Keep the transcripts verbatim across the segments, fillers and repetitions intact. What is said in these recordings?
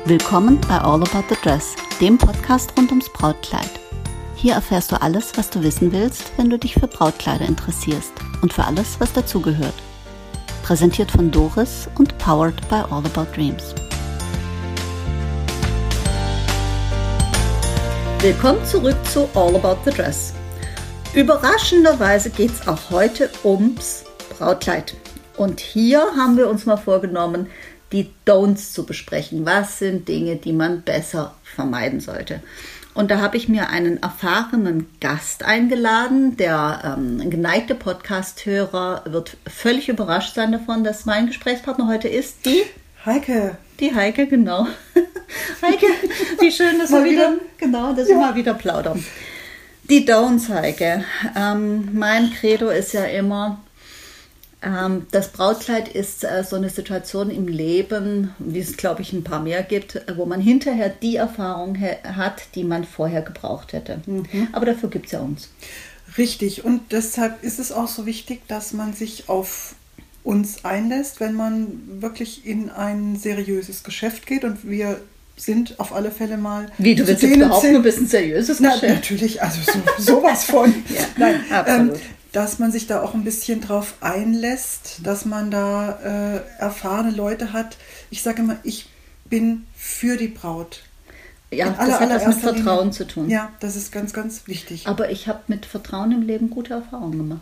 Willkommen bei All About the Dress, dem Podcast rund ums Brautkleid. Hier erfährst du alles, was du wissen willst, wenn du dich für Brautkleider interessierst und für alles, was dazugehört. Präsentiert von Doris und powered by All About Dreams. Willkommen zurück zu All About the Dress. Überraschenderweise geht es auch heute ums Brautkleid. Und hier haben wir uns mal vorgenommen, die Don'ts zu besprechen. Was sind Dinge, die man besser vermeiden sollte? Und da habe ich mir einen erfahrenen Gast eingeladen. Der ähm, geneigte Podcast-Hörer wird völlig überrascht sein davon, dass mein Gesprächspartner heute ist die Heike. Die Heike, genau. Heike, wie schön, dass wir wieder, genau, dass ja. wir mal wieder plaudern. Die Don'ts, Heike. Ähm, mein Credo ist ja immer, ähm, das Brautkleid ist äh, so eine Situation im Leben, wie es, glaube ich, ein paar mehr gibt, wo man hinterher die Erfahrung he- hat, die man vorher gebraucht hätte. Mhm. Aber dafür gibt es ja uns. Richtig. Und deshalb ist es auch so wichtig, dass man sich auf uns einlässt, wenn man wirklich in ein seriöses Geschäft geht. Und wir sind auf alle Fälle mal... Wie, du willst jetzt behaupten, du bist ein seriöses Na, Geschäft? Natürlich, also so, sowas von. Ja, Nein, absolut. Ähm, dass man sich da auch ein bisschen drauf einlässt, dass man da äh, erfahrene Leute hat. Ich sage immer, ich bin für die Braut. Ja, in das hat was mit Vertrauen Linie. zu tun. Ja, das ist ganz, ganz wichtig. Aber ich habe mit Vertrauen im Leben gute Erfahrungen gemacht.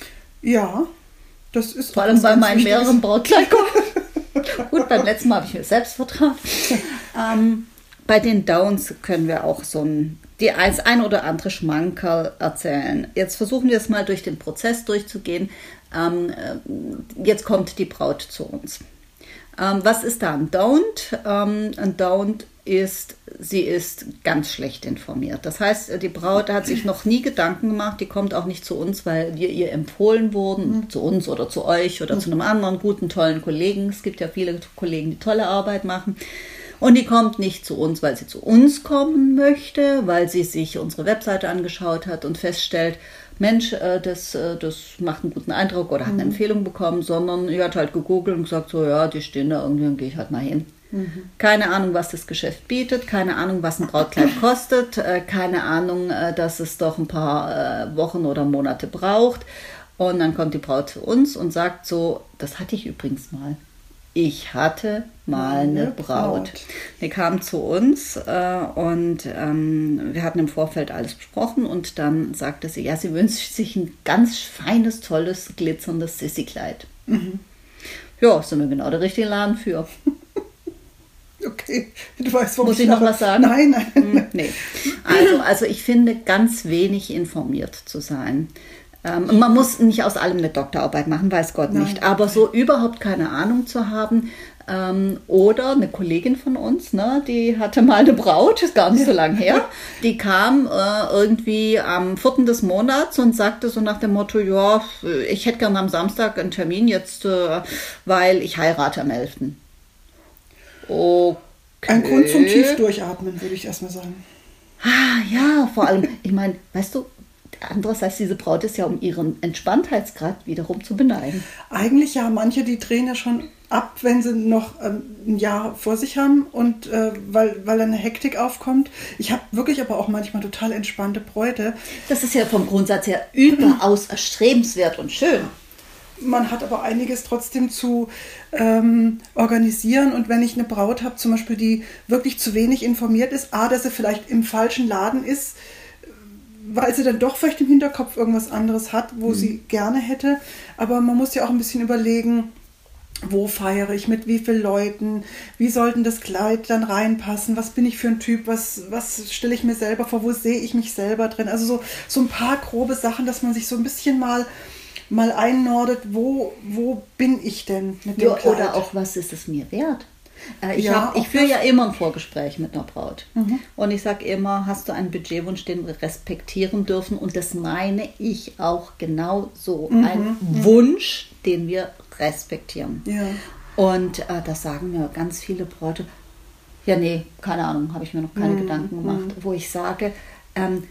Ja, das ist vor allem bei meinen mehreren Brautkleidern. Gut, beim letzten Mal habe ich mir selbst vertraut. ähm, bei den Downs können wir auch so ein, die ein, ein oder andere Schmankerl erzählen. Jetzt versuchen wir es mal durch den Prozess durchzugehen. Ähm, jetzt kommt die Braut zu uns. Ähm, was ist da ein Don't? Ähm, ein Don't ist, sie ist ganz schlecht informiert. Das heißt, die Braut hat sich noch nie Gedanken gemacht, die kommt auch nicht zu uns, weil wir ihr empfohlen wurden, mhm. zu uns oder zu euch oder mhm. zu einem anderen guten, tollen Kollegen. Es gibt ja viele Kollegen, die tolle Arbeit machen. Und die kommt nicht zu uns, weil sie zu uns kommen möchte, weil sie sich unsere Webseite angeschaut hat und feststellt, Mensch, äh, das, äh, das macht einen guten Eindruck oder hat eine mhm. Empfehlung bekommen, sondern sie hat halt gegoogelt und gesagt, so ja, die stehen da irgendwie, dann gehe ich halt mal hin. Mhm. Keine Ahnung, was das Geschäft bietet, keine Ahnung, was ein Brautkleid kostet, äh, keine Ahnung, äh, dass es doch ein paar äh, Wochen oder Monate braucht. Und dann kommt die Braut zu uns und sagt so, das hatte ich übrigens mal. Ich hatte mal eine Braut. Die kam zu uns äh, und ähm, wir hatten im Vorfeld alles besprochen und dann sagte sie, ja, sie wünscht sich ein ganz feines, tolles, glitzerndes Sissi-Kleid. Mhm. Ja, sind wir genau der richtige Laden für. Okay, du weißt, warum Muss ich noch was sagen? Nein, nein. Hm, nee. Also, also ich finde, ganz wenig informiert zu sein. Ähm, man muss nicht aus allem eine Doktorarbeit machen, weiß Gott Nein. nicht. Aber so überhaupt keine Ahnung zu haben. Ähm, oder eine Kollegin von uns, ne, die hatte mal eine Braut, ist gar nicht so lange her. Die kam äh, irgendwie am vierten des Monats und sagte so nach dem Motto, ja, ich hätte gerne am Samstag einen Termin jetzt, äh, weil ich heirate am elften Okay. Ein Grund zum tief durchatmen, würde ich erstmal sagen. Ah, ja, vor allem, ich meine, weißt du, andererseits, diese Braut ist ja, um ihren Entspanntheitsgrad wiederum zu beneiden. Eigentlich ja, manche, die drehen ja schon ab, wenn sie noch ähm, ein Jahr vor sich haben und äh, weil, weil eine Hektik aufkommt. Ich habe wirklich aber auch manchmal total entspannte Bräute. Das ist ja vom Grundsatz her überaus erstrebenswert und schön. Man hat aber einiges trotzdem zu ähm, organisieren und wenn ich eine Braut habe, zum Beispiel, die wirklich zu wenig informiert ist, a, dass sie vielleicht im falschen Laden ist, weil sie dann doch vielleicht im Hinterkopf irgendwas anderes hat, wo mhm. sie gerne hätte, aber man muss ja auch ein bisschen überlegen, wo feiere ich, mit wie vielen Leuten, wie sollten das Kleid dann reinpassen, was bin ich für ein Typ, was, was stelle ich mir selber vor, wo sehe ich mich selber drin, also so, so ein paar grobe Sachen, dass man sich so ein bisschen mal mal einnordet, wo, wo bin ich denn mit dem ja, Kleid? Oder auch, was ist es mir wert? Äh, ich ja, hab, ich führe ja immer ein Vorgespräch mit einer Braut. Mhm. Und ich sage immer, hast du einen Budgetwunsch, den wir respektieren dürfen? Und das meine ich auch genau so. Mhm. Ein mhm. Wunsch, den wir respektieren. Ja. Und äh, das sagen mir ganz viele Bräute. Ja, nee, keine Ahnung, habe ich mir noch keine mhm. Gedanken gemacht. Wo ich sage, ähm,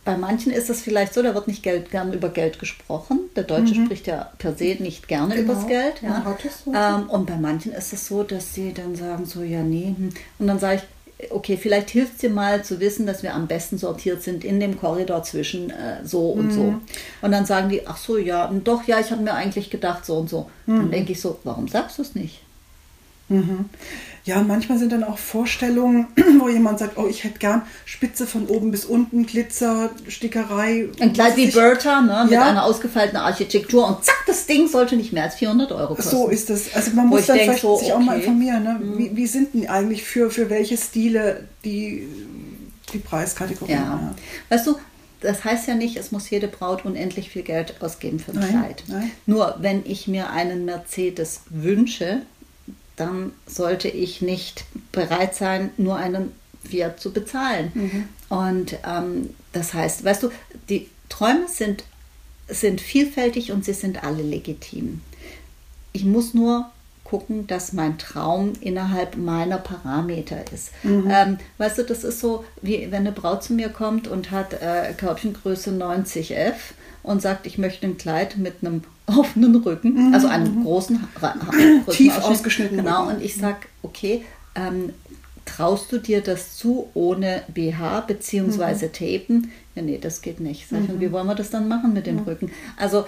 bei manchen ist es vielleicht so, da wird nicht Geld, gern über Geld gesprochen. Der Deutsche mhm. spricht ja per se nicht gerne genau. übers Geld. Ja. Ja, hat es so. Ähm, und bei manchen ist es so, dass sie dann sagen so, ja, nee. Hm. Und dann sage ich, okay, vielleicht hilft es dir mal zu wissen, dass wir am besten sortiert sind in dem Korridor zwischen äh, so und mhm. so. Und dann sagen die, ach so, ja, doch, ja, ich habe mir eigentlich gedacht so und so. Mhm. Dann denke ich so, warum sagst du es nicht? Mhm. Ja, manchmal sind dann auch Vorstellungen, wo jemand sagt, oh, ich hätte gern Spitze von oben bis unten, Glitzer, Stickerei. Ein Kleid wie Bertha, ne, mit ja. einer ausgefeilten Architektur und zack, das Ding sollte nicht mehr als vierhundert Euro kosten. So ist es. Also man muss dann vielleicht so, sich okay. auch mal informieren, ne? mhm. wie, wie sind denn eigentlich für, für welche Stile die, die Preiskategorien? Ja. ja. Weißt du, das heißt ja nicht, es muss jede Braut unendlich viel Geld ausgeben für ein nein, Kleid. Nein. Nur wenn ich mir einen Mercedes wünsche, dann sollte ich nicht bereit sein, nur einen Fiat zu bezahlen. Mhm. Und ähm, das heißt, weißt du, die Träume sind, sind vielfältig und sie sind alle legitim. Ich muss nur gucken, dass mein Traum innerhalb meiner Parameter ist. Mhm. Ähm, weißt du, das ist so, wie wenn eine Braut zu mir kommt und hat äh, Körbchengröße neunzig F und sagt, ich möchte ein Kleid mit einem offenen Rücken, mhm. also einem großen, tief ausgeschnittenen Genau, Rücken. Und ich sage, okay, ähm, traust du dir das zu ohne B H beziehungsweise mhm. Tapen? Ja, nee, das geht nicht. Sag ich, mhm. und wie wollen wir das dann machen mit dem mhm. Rücken? Also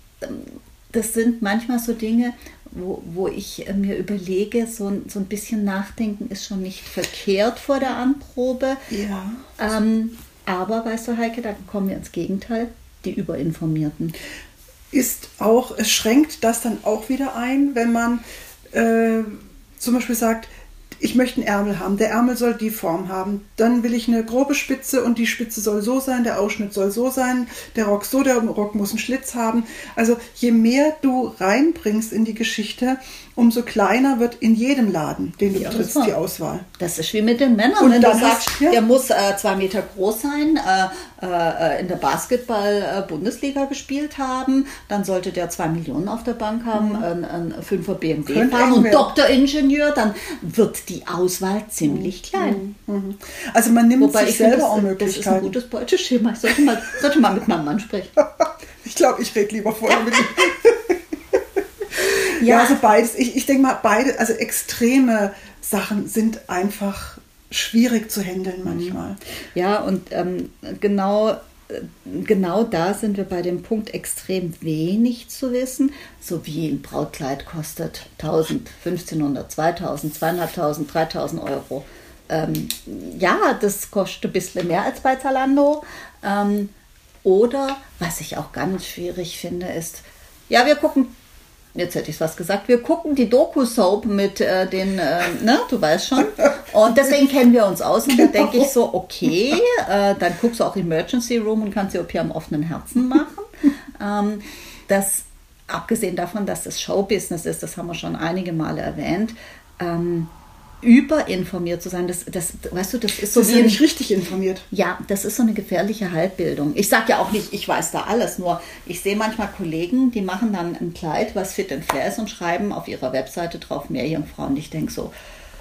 das sind manchmal so Dinge, wo, wo ich mir überlege, so, so ein bisschen nachdenken ist schon nicht verkehrt vor der Anprobe. Ja. Ähm, aber, weißt du, Heike, da kommen wir ins Gegenteil, die Überinformierten. Ist auch, es schränkt das dann auch wieder ein, wenn man äh, zum Beispiel sagt, ich möchte einen Ärmel haben, der Ärmel soll die Form haben, dann will ich eine grobe Spitze und die Spitze soll so sein, der Ausschnitt soll so sein, der Rock so, der Rock muss einen Schlitz haben. Also je mehr du reinbringst in die Geschichte, umso kleiner wird in jedem Laden, den du die betrittst, Auswahl. die Auswahl. Das ist wie mit den Männern. Und Wenn dann du sagst, hast, ja. der muss äh, zwei Meter groß sein, äh, äh, in der Basketball-Bundesliga gespielt haben, dann sollte der zwei Millionen auf der Bank haben, mhm. ein, ein Fünfer B M W Könnte fahren und Doktoringenieur, dann wird die Auswahl ziemlich mhm. klein. Mhm. Also man nimmt Wobei sich ich selber finde, auch das, Möglichkeiten. Das ist ein gutes Beuteschema. Ich sollte mal, sollte mal mit meinem Mann sprechen. Ich glaube, ich rede lieber vorher mit ihm. Ja, also beides. Ich, ich denke mal, beide, also extreme Sachen sind einfach schwierig zu handeln manchmal. Ja, und ähm, genau, genau da sind wir bei dem Punkt extrem wenig zu wissen. So wie ein Brautkleid kostet tausend, fünfzehnhundert, zweitausend, zweitausendfünfhundert, dreitausend Euro. Ähm, ja, das kostet ein bisschen mehr als bei Zalando. Ähm, oder, was ich auch ganz schwierig finde, ist, ja, wir gucken, jetzt hätte ich was gesagt, wir gucken die Doku-Soap mit äh, den, äh, ne, du weißt schon, und deswegen kennen wir uns aus und genau. Da denke ich so, okay, äh, dann guckst du auch Emergency Room und kannst die O P am offenen Herzen machen. ähm, das, abgesehen davon, dass das Showbusiness ist, das haben wir schon einige Male erwähnt, ähm, überinformiert zu sein, das, das, weißt du, das ist so das ist wie ja nicht richtig informiert. Ja, das ist so eine gefährliche Halbbildung. Ich sage ja auch nicht, ich weiß da alles, nur ich sehe manchmal Kollegen, die machen dann ein Kleid, was fit and fair ist und schreiben auf ihrer Webseite drauf Meerjungfrau und ich denke so,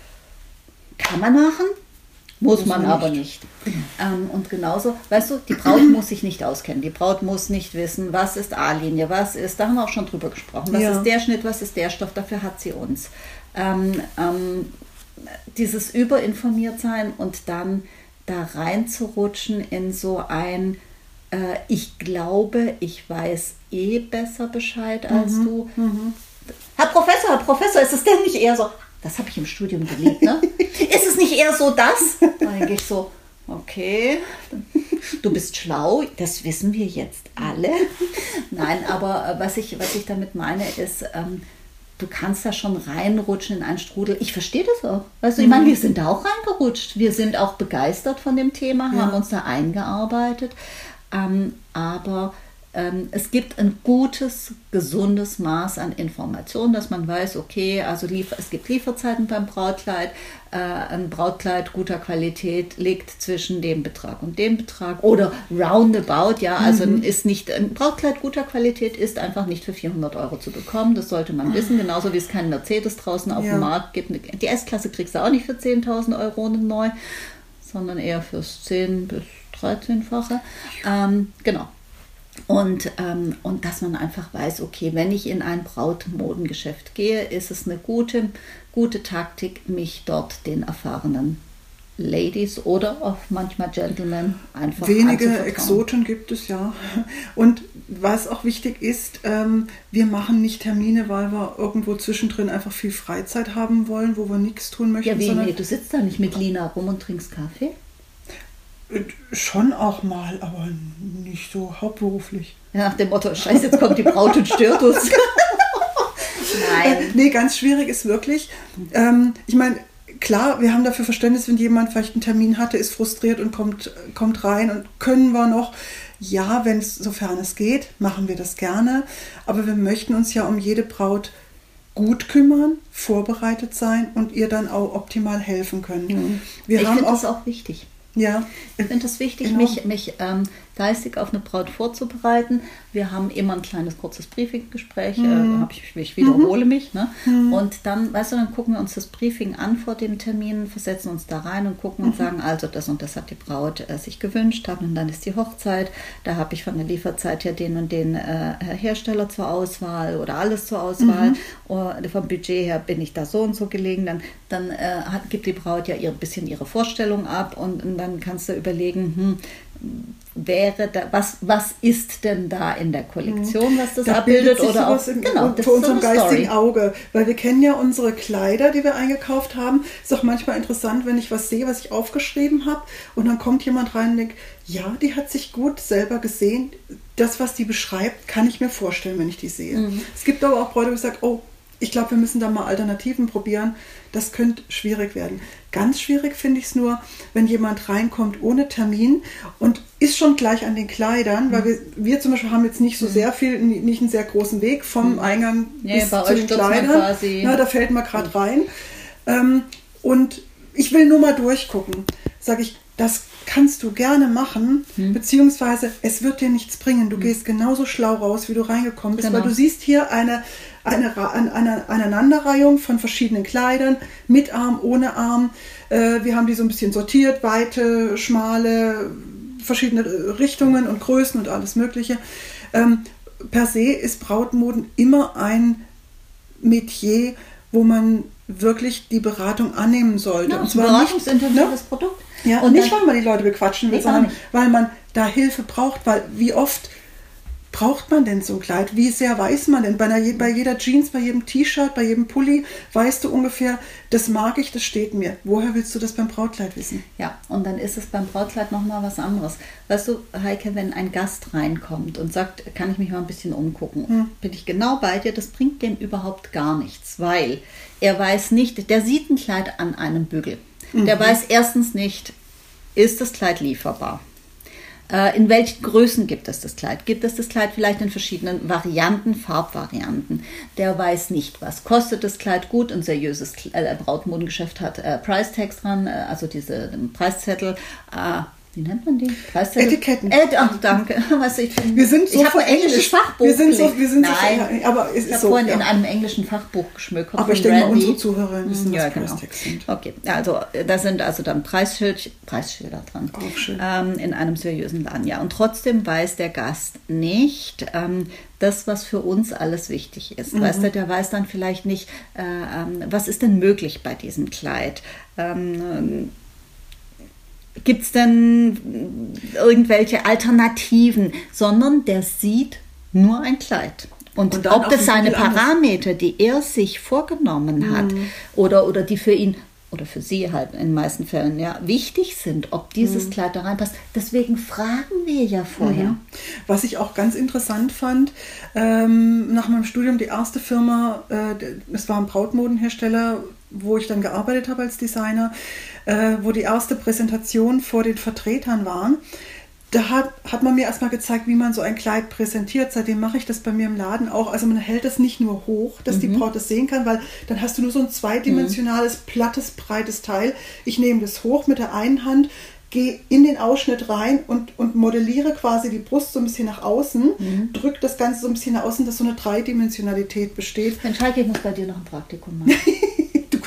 kann man machen? Muss, muss man, man aber nicht. nicht. Ähm, und genauso, weißt du, die Braut muss sich nicht auskennen. Die Braut muss nicht wissen, was ist A-Linie, was ist, da haben wir auch schon drüber gesprochen, was ja. ist der Schnitt, was ist der Stoff, dafür hat sie uns. Ähm, ähm, dieses Überinformiertsein und dann da reinzurutschen in so ein, äh, ich glaube, ich weiß eh besser Bescheid als mhm, du. Mhm. Herr Professor, Herr Professor, ist es denn nicht eher so, das habe ich im Studium geliebt, ne? Ist es nicht eher so das? Dann denke ich so, okay, du bist schlau, das wissen wir jetzt alle. Nein, aber was ich, was ich damit meine ist, ähm, du kannst da schon reinrutschen in einen Strudel. Ich verstehe das auch. Weißt du, ich meine, wir sind da auch reingerutscht. Wir sind auch begeistert von dem Thema, ja. haben uns da eingearbeitet. Ähm, aber ähm, es gibt ein gutes, gesundes Maß an Information, dass man weiß, okay, also liefer, es gibt Lieferzeiten beim Brautkleid. Äh, ein Brautkleid guter Qualität liegt zwischen dem Betrag und dem Betrag oder roundabout, ja, also mhm. ist nicht, ein Brautkleid guter Qualität ist einfach nicht für vierhundert Euro zu bekommen, das sollte man wissen, genauso wie es keinen Mercedes draußen auf ja. dem Markt gibt. Die S-Klasse kriegst du auch nicht für zehntausend Euro neu, sondern eher fürs zehn bis dreizehnfache. Ähm, genau. Und, ähm, und dass man einfach weiß, okay, wenn ich in ein Brautmodengeschäft gehe, ist es eine gute, gute Taktik, mich dort den erfahrenen Ladies oder auch manchmal Gentlemen einfach Wenige Exoten gibt es, ja. Und was auch wichtig ist, ähm, wir machen nicht Termine, weil wir irgendwo zwischendrin einfach viel Freizeit haben wollen, wo wir nichts tun möchten. Ja, wie, nee, du sitzt da nicht mit Lina rum und trinkst Kaffee? Schon auch mal, aber nicht so hauptberuflich. Ja, nach dem Motto, scheiße, jetzt kommt die Braut und stört uns. Nein. Äh, nee, ganz schwierig ist wirklich, ähm, ich meine, klar, wir haben dafür Verständnis, wenn jemand vielleicht einen Termin hatte, ist frustriert und kommt, kommt rein und können wir noch, ja, wenn es, sofern es geht, machen wir das gerne, aber wir möchten uns ja um jede Braut gut kümmern, vorbereitet sein und ihr dann auch optimal helfen können. Mhm. Wir ich haben finde auch, das auch wichtig. Ja, ich finde es wichtig, genau. mich, mich ähm, geistig auf eine Braut vorzubereiten. Wir haben immer ein kleines, kurzes Briefinggespräch. Mhm. Äh, hab ich, ich wiederhole mhm. mich. Ne? Mhm. Und dann, weißt du, dann gucken wir uns das Briefing an vor dem Termin, versetzen uns da rein und gucken mhm. und sagen, also das und das hat die Braut äh, sich gewünscht. Und dann ist die Hochzeit. Da habe ich von der Lieferzeit her den und den äh, Hersteller zur Auswahl oder alles zur Auswahl. Mhm. Und vom Budget her bin ich da so und so gelegen. Dann, dann äh, hat, gibt die Braut ja ein bisschen ihre Vorstellung ab und, und dann kannst du überlegen, hm, wäre da, was, was ist denn da in der Kollektion, was das da abbildet oder auch im, genau, das vor unserem so geistigen Story. Auge, weil wir kennen ja unsere Kleider, die wir eingekauft haben. Ist auch manchmal interessant, wenn ich was sehe, was ich aufgeschrieben habe und dann kommt jemand rein und denkt, ja, die hat sich gut selber gesehen. Das, was die beschreibt, kann ich mir vorstellen, wenn ich die sehe. Mhm. Es gibt aber auch Bräute, wo ich sage, oh, ich glaube, wir müssen da mal Alternativen probieren. Das könnte schwierig werden. Ganz schwierig finde ich es nur, wenn jemand reinkommt ohne Termin und ist schon gleich an den Kleidern, mhm. weil wir, wir zum Beispiel haben jetzt nicht so mhm. sehr viel, nicht einen sehr großen Weg vom mhm. Eingang nee, bis zu den Kleidern. Na, da fällt man gerade mhm. rein. Ähm, und ich will nur mal durchgucken. Sage ich, das kannst du gerne machen, hm. beziehungsweise es wird dir nichts bringen. Du hm. gehst genauso schlau raus, wie du reingekommen bist, genau. weil du siehst hier eine, eine, eine, eine Aneinanderreihung von verschiedenen Kleidern, mit Arm, ohne Arm. Äh, wir haben die so ein bisschen sortiert, weite, schmale, verschiedene Richtungen und Größen und alles Mögliche. Ähm, per se ist Brautmoden immer ein Metier, wo man wirklich die Beratung annehmen sollte. Ja, und zwar beratungsintensives ne? Produkt. Ja, und nicht, weil man die Leute bequatschen will, nee, sondern weil man da Hilfe braucht, weil wie oft braucht man denn so ein Kleid? Wie sehr weiß man denn? Bei, einer, bei jeder Jeans, bei jedem T-Shirt, bei jedem Pulli weißt du ungefähr, das mag ich, das steht mir. Woher willst du das beim Brautkleid wissen? Ja, und dann ist es beim Brautkleid nochmal was anderes. Weißt du, Heike, wenn ein Gast reinkommt und sagt, kann ich mich mal ein bisschen umgucken, hm. bin ich genau bei dir, das bringt dem überhaupt gar nichts, weil er weiß nicht, der sieht ein Kleid an einem Bügel. Der mhm. weiß erstens nicht, ist das Kleid lieferbar? Äh, in welchen Größen gibt es das Kleid? Gibt es das Kleid vielleicht in verschiedenen Varianten, Farbvarianten? Der weiß nicht, was kostet das Kleid. Gut, ein seriöses äh, Brautmodengeschäft hat äh, Price Tags dran, äh, also diese Preiszettel. Äh, Wie nennt man die? Etiketten. Ed, ach, danke. Weißt du, ich bin, wir sind so ich habe ein englisches Fachbuch. Wir sind so, wir sind Nein, so, aber es ich ist habe so, vorhin ja. in einem englischen Fachbuch geschmückt. Aber ich denke mal, unsere Zuhörer wissen, ja, was genau. Preistext sind. Okay, also da sind also dann Preisschild, Preisschilder dran. Auch schön. Ähm, in einem seriösen Laden, ja. Und trotzdem weiß der Gast nicht ähm, das, was für uns alles wichtig ist. Mhm. Weißt du, der weiß dann vielleicht nicht, äh, ähm, was ist denn möglich bei diesem Kleid. Ähm, Gibt es denn irgendwelche Alternativen, sondern der sieht nur ein Kleid. Und, Und ob das seine Parameter, die er sich vorgenommen mhm. hat oder, oder die für ihn oder für sie halt in den meisten Fällen ja wichtig sind, ob dieses mhm. Kleid da reinpasst. Deswegen fragen wir ja vorher. Mhm. Was ich auch ganz interessant fand, ähm, nach meinem Studium die erste Firma, äh, es war ein Brautmodenhersteller, wo ich dann gearbeitet habe als Designer, äh, wo die erste Präsentation vor den Vertretern waren. Da hat, hat man mir erstmal gezeigt, wie man so ein Kleid präsentiert. Seitdem mache ich das bei mir im Laden auch. Also man hält das nicht nur hoch, dass mhm. die Braut das sehen kann, weil dann hast du nur so ein zweidimensionales, mhm. plattes, breites Teil. Ich nehme das hoch mit der einen Hand, gehe in den Ausschnitt rein und, und modelliere quasi die Brust so ein bisschen nach außen, mhm. drücke das Ganze so ein bisschen nach außen, dass so eine Dreidimensionalität besteht. Mensch, Heike, ich muss bei dir noch ein Praktikum machen.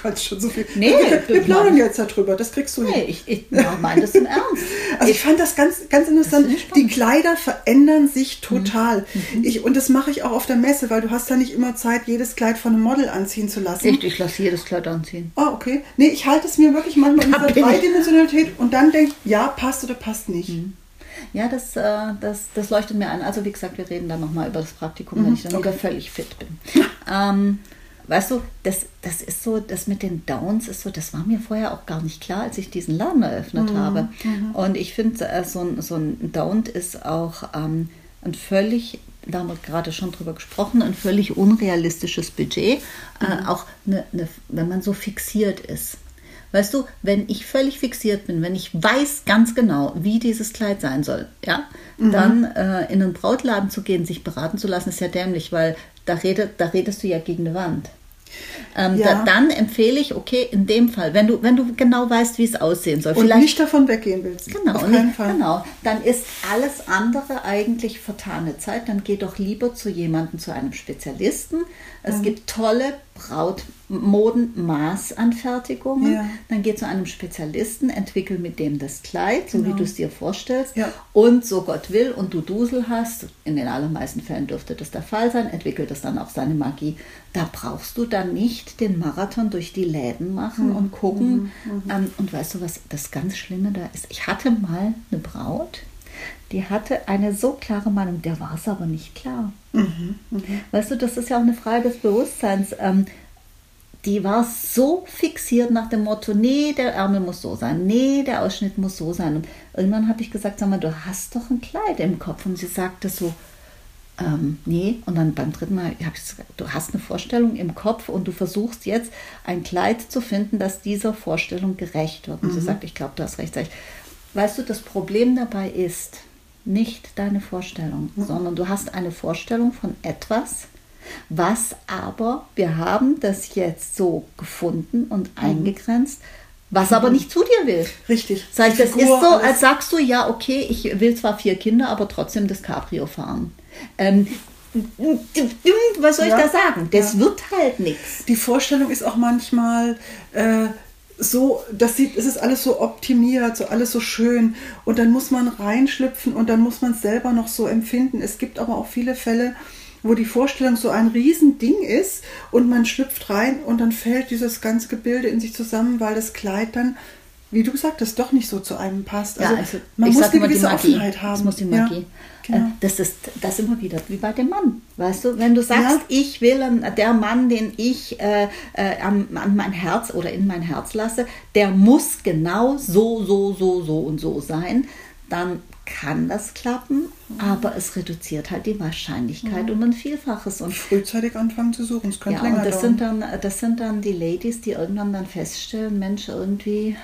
kannst schon so viel. Nee, wir wir du plaudern meinst- jetzt darüber, das kriegst du Nee, hin. ich, ich ja, meine das im Ernst. Also ich fand das ganz, ganz interessant. finde ich Die spannend. Kleider verändern sich total. Mhm. Ich, und das mache ich auch auf der Messe, weil du hast ja nicht immer Zeit, jedes Kleid von einem Model anziehen zu lassen. Echt, ich lasse jedes Kleid anziehen. Ah, okay. Nee, ich halte es mir wirklich manchmal in Da dieser bin ich. Dreidimensionalität und dann denke ich, ja, passt oder passt nicht. Ja, das, äh, das, das leuchtet mir ein. Also wie gesagt, wir reden dann nochmal über das Praktikum, wenn ich dann okay. wieder völlig fit bin. ähm, weißt du, das, das ist so, das mit den Downs ist so, das war mir vorher auch gar nicht klar, als ich diesen Laden eröffnet habe. Und ich finde, äh, so, ein, so ein Down ist auch ähm, ein völlig, da haben wir gerade schon drüber gesprochen, ein völlig unrealistisches Budget. Äh, auch eine, eine, wenn man so fixiert ist. Weißt du, wenn ich völlig fixiert bin, wenn ich weiß ganz genau, wie dieses Kleid sein soll, ja, mhm. dann äh, in einen Brautladen zu gehen, sich beraten zu lassen, ist ja dämlich, weil da, redet, da redest du ja gegen eine Wand. Ähm, Ja. da, dann empfehle ich, okay, in dem Fall, wenn du, wenn du genau weißt, wie es aussehen soll, Und vielleicht nicht davon weggehen willst. Genau, Auf nicht, keinen Fall. genau. Dann ist alles andere eigentlich vertane Zeit. Dann geh doch lieber zu jemandem, zu einem Spezialisten. Es Mhm. gibt tolle Brautmoden-Maßanfertigungen. Ja. Dann geh zu einem Spezialisten, entwickel mit dem das Kleid, so Genau. wie du es dir vorstellst. Ja. Und so Gott will und du Dusel hast, in den allermeisten Fällen dürfte das der Fall sein, entwickelt das dann auch seine Magie. Da brauchst du dann nicht den Marathon durch die Läden machen Mhm. und gucken. Ähm, und weißt du, was das ganz Schlimme da ist? Ich hatte mal eine Braut, die hatte eine so klare Meinung, der war es aber nicht klar. Mhm. Mhm. Weißt du, das ist ja auch eine Frage des Bewusstseins. Ähm, die war so fixiert nach dem Motto, nee, der Ärmel muss so sein, nee, der Ausschnitt muss so sein. Und irgendwann habe ich gesagt, sag mal, du hast doch ein Kleid im Kopf. Und sie sagte so, ähm, nee. Und dann beim dritten Mal habe ich gesagt, du hast eine Vorstellung im Kopf und du versuchst jetzt ein Kleid zu finden, das dieser Vorstellung gerecht wird. Und sie sagt, ich glaube, du hast recht. Sag ich, weißt du, das Problem dabei ist nicht deine Vorstellung, sondern du hast eine Vorstellung von etwas, was aber, wir haben das jetzt so gefunden und eingegrenzt, was aber nicht zu dir will. Richtig. Sag ich, das Figur, ist so, alles. als sagst du, ja, okay, ich will zwar vier Kinder, aber trotzdem das Cabrio fahren. Ähm, was soll Ja, ich da sagen? Das ja. wird halt nichts. Die Vorstellung ist auch manchmal äh, so, das sieht, es ist alles so optimiert, so alles so schön und dann muss man reinschlüpfen und dann muss man es selber noch so empfinden. Es gibt aber auch viele Fälle, wo die Vorstellung so ein Riesending ist und man schlüpft rein und dann fällt dieses ganze Gebilde in sich zusammen, weil das Kleid dann, wie du sagtest, doch nicht so zu einem passt. Ja, Also, also man ich muss sag eine immer, die gewisse Magie. Offenheit haben. Das muss die Ja, Magie. genau. Äh, Das ist das immer wieder wie bei dem Mann. Weißt du, wenn du sagst, Ja. ich will an- der Mann, den ich äh, äh, an, an mein Herz oder in mein Herz lasse, der muss genau so, so, so, so und so sein, dann kann das klappen, aber es reduziert halt die Wahrscheinlichkeit um ein Vielfaches. Und Frühzeitig anfangen zu suchen, es könnte ja, länger und das dauern. sind, dann, das sind dann die Ladies, die irgendwann dann feststellen, Mensch, irgendwie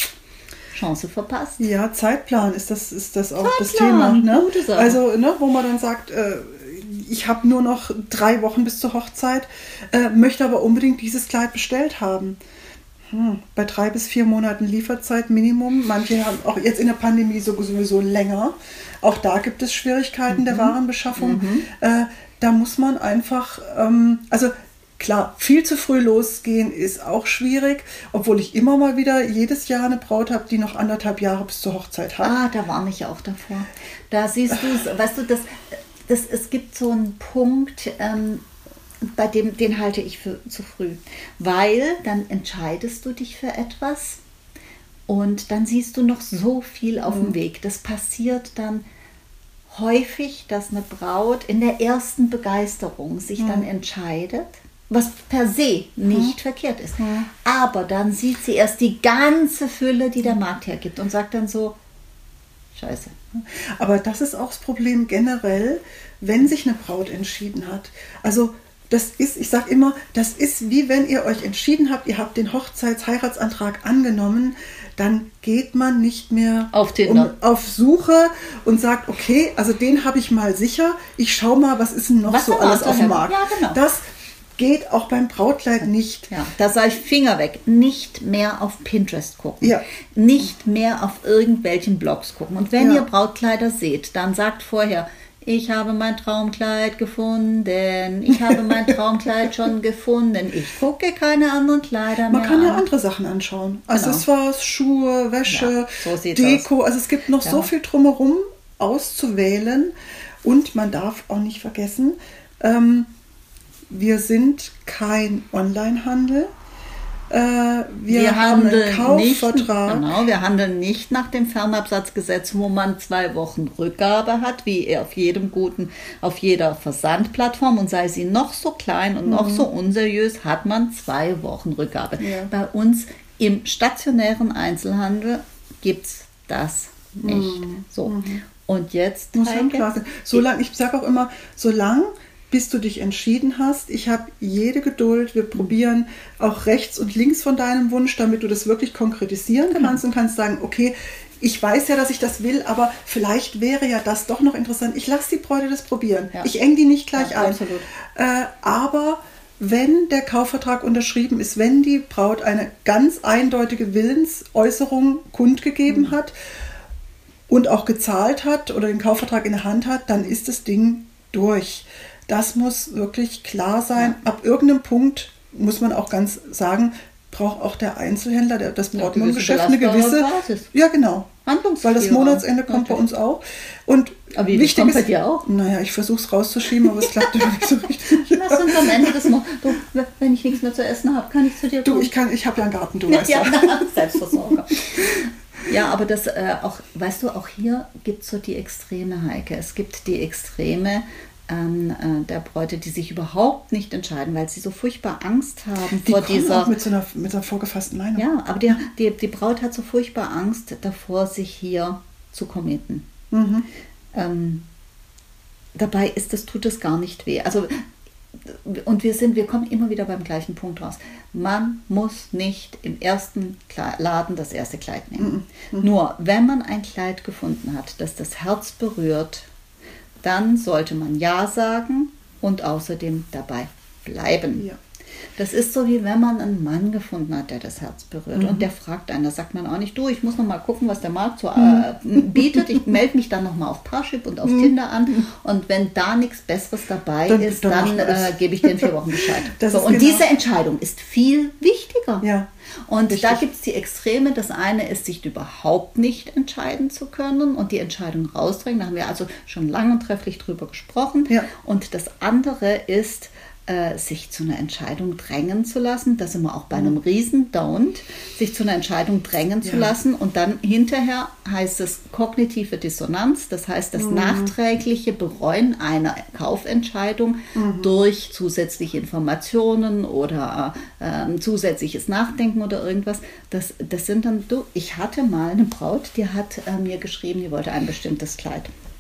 Chance verpasst. Ja, Zeitplan ist das, ist das auch das Zeitplan, Thema. Ne? gute Sache. Also, ne, wo man dann sagt, äh, ich habe nur noch drei Wochen bis zur Hochzeit, äh, möchte aber unbedingt dieses Kleid bestellt haben. Hm, bei drei bis vier Monaten Lieferzeit Minimum. Manche haben auch jetzt in der Pandemie so- sowieso länger. Auch da gibt es Schwierigkeiten der Warenbeschaffung. Äh, da muss man einfach, ähm, also klar, viel zu früh losgehen ist auch schwierig, obwohl ich immer mal wieder jedes Jahr eine Braut habe, die noch anderthalb Jahre bis zur Hochzeit hat. Ah, da warne ich auch davor. Da siehst du, weißt du, das, das, es gibt so einen Punkt, ähm, bei dem, den halte ich für zu früh. Weil dann entscheidest du dich für etwas und dann siehst du noch so viel auf dem Weg. Das passiert dann häufig, dass eine Braut in der ersten Begeisterung sich dann entscheidet, was per se nicht verkehrt ist. Aber dann sieht sie erst die ganze Fülle, die der Markt hergibt und sagt dann so, scheiße. Aber das ist auch das Problem generell, wenn sich eine Braut entschieden hat. Also das ist, ich sage immer, das ist wie wenn ihr euch entschieden habt, ihr habt den Hochzeits-Heiratsantrag angenommen, dann geht man nicht mehr Auf Tinder. um, auf Suche und sagt, okay, also den habe ich mal sicher, ich schaue mal, was ist denn noch Was so der alles Markt auf so dem hat. Markt. Ja, genau. Das geht auch beim Brautkleid nicht. Ja, da sage ich Finger weg. Nicht mehr auf Pinterest gucken. Ja. Nicht mehr auf irgendwelchen Blogs gucken. Und wenn Ja. ihr Brautkleider seht, dann sagt vorher, Ich habe mein Traumkleid gefunden. Ich habe mein Traumkleid schon gefunden. Ich gucke keine anderen Kleider Man mehr kann ja an. andere Sachen anschauen. Genau. Accessoires, Schuhe, Wäsche, Ja, so sieht's Deko. Also es gibt noch Ja. so viel drumherum auszuwählen. Und man darf auch nicht vergessen, ähm, wir sind kein Onlinehandel. Äh, wir, Wir haben einen handeln Kaufvertrag. Nicht, genau, wir handeln nicht nach dem Fernabsatzgesetz, wo man zwei Wochen Rückgabe hat, wie auf jedem guten, auf jeder Versandplattform. Und sei sie noch so klein und noch so unseriös, hat man zwei Wochen Rückgabe. Ja. Bei uns im stationären Einzelhandel gibt es das nicht. So. Und jetzt, Muss schon Heike, klar sein. Solange, ich sage auch immer, solange bis du dich entschieden hast, ich habe jede Geduld, wir probieren auch rechts und links von deinem Wunsch, damit du das wirklich konkretisieren Genau. kannst und kannst sagen, okay, ich weiß ja, dass ich das will, aber vielleicht wäre ja das doch noch interessant. Ich lasse die Bräute das probieren. Ja. Ich eng die nicht gleich Ja, ein. absolut. Äh, aber wenn der Kaufvertrag unterschrieben ist, wenn die Braut eine ganz eindeutige Willensäußerung kundgegeben Mhm. hat und auch gezahlt hat oder den Kaufvertrag in der Hand hat, dann ist das Ding durch. Das muss wirklich klar sein. Ab irgendeinem Punkt muss man auch ganz sagen, braucht auch der Einzelhändler, der, das Ja, Brautmodengeschäft, gewisse eine gewisse belastbare Basis. Ja, genau. Handlungsspielraum. Weil das Monatsende kommt bei uns auch. Und Aber wie, das wichtig kommt bei ist, dir auch? naja, ich versuche es rauszuschieben, aber es klappt immer nicht so richtig. Lass uns am Ende des Monats. Du, wenn ich nichts mehr zu essen habe, kann ich zu dir Du, kommen. ich kann, ich habe ja einen Garten, du weißt Ja, ja. Selbstversorger. Ja, aber das äh, auch, weißt du, auch hier gibt es so die Extreme, Heike. Es gibt die Extreme ähm, äh, der Bräute, die sich überhaupt nicht entscheiden, weil sie so furchtbar Angst haben Die vor kommen dieser. auch mit so, einer, mit so einer vorgefassten Meinung. Ja, aber die, die, die Braut hat so furchtbar Angst davor, sich hier zu committen. Mhm. Ähm, dabei ist es, tut es gar nicht weh. Also und wir sind, wir kommen immer wieder beim gleichen Punkt raus. Man muss nicht im ersten Laden das erste Kleid nehmen. Mhm. Nur wenn man ein Kleid gefunden hat, das das Herz berührt, dann sollte man Ja sagen und außerdem dabei bleiben. Ja. Das ist so, wie wenn man einen Mann gefunden hat, der das Herz berührt. Mhm. Und der fragt einen, da sagt man auch nicht, du, ich muss noch mal gucken, was der Markt so äh, bietet. Ich melde mich dann noch mal auf Parship und auf mhm. Tinder an. Und wenn da nichts Besseres dabei dann, ist, dann, dann äh, gebe ich dir in vier Wochen Bescheid. So, und genau. diese Entscheidung ist viel wichtiger. Ja. Und Richtig. Da gibt es die Extreme. Das eine ist, sich überhaupt nicht entscheiden zu können und die Entscheidung rausdrängen. Da haben wir also schon lang und trefflich drüber gesprochen. Ja. Und das andere ist, Äh, sich zu einer Entscheidung drängen zu lassen, da sind wir auch bei einem riesen Don't, sich zu einer Entscheidung drängen ja. zu lassen und dann hinterher heißt es kognitive Dissonanz, das heißt das mhm. nachträgliche Bereuen einer Kaufentscheidung mhm. durch zusätzliche Informationen oder äh, zusätzliches Nachdenken oder irgendwas. Das, das sind dann, du, ich hatte mal eine Braut, die hat äh, mir geschrieben, die wollte ein bestimmtes Kleid.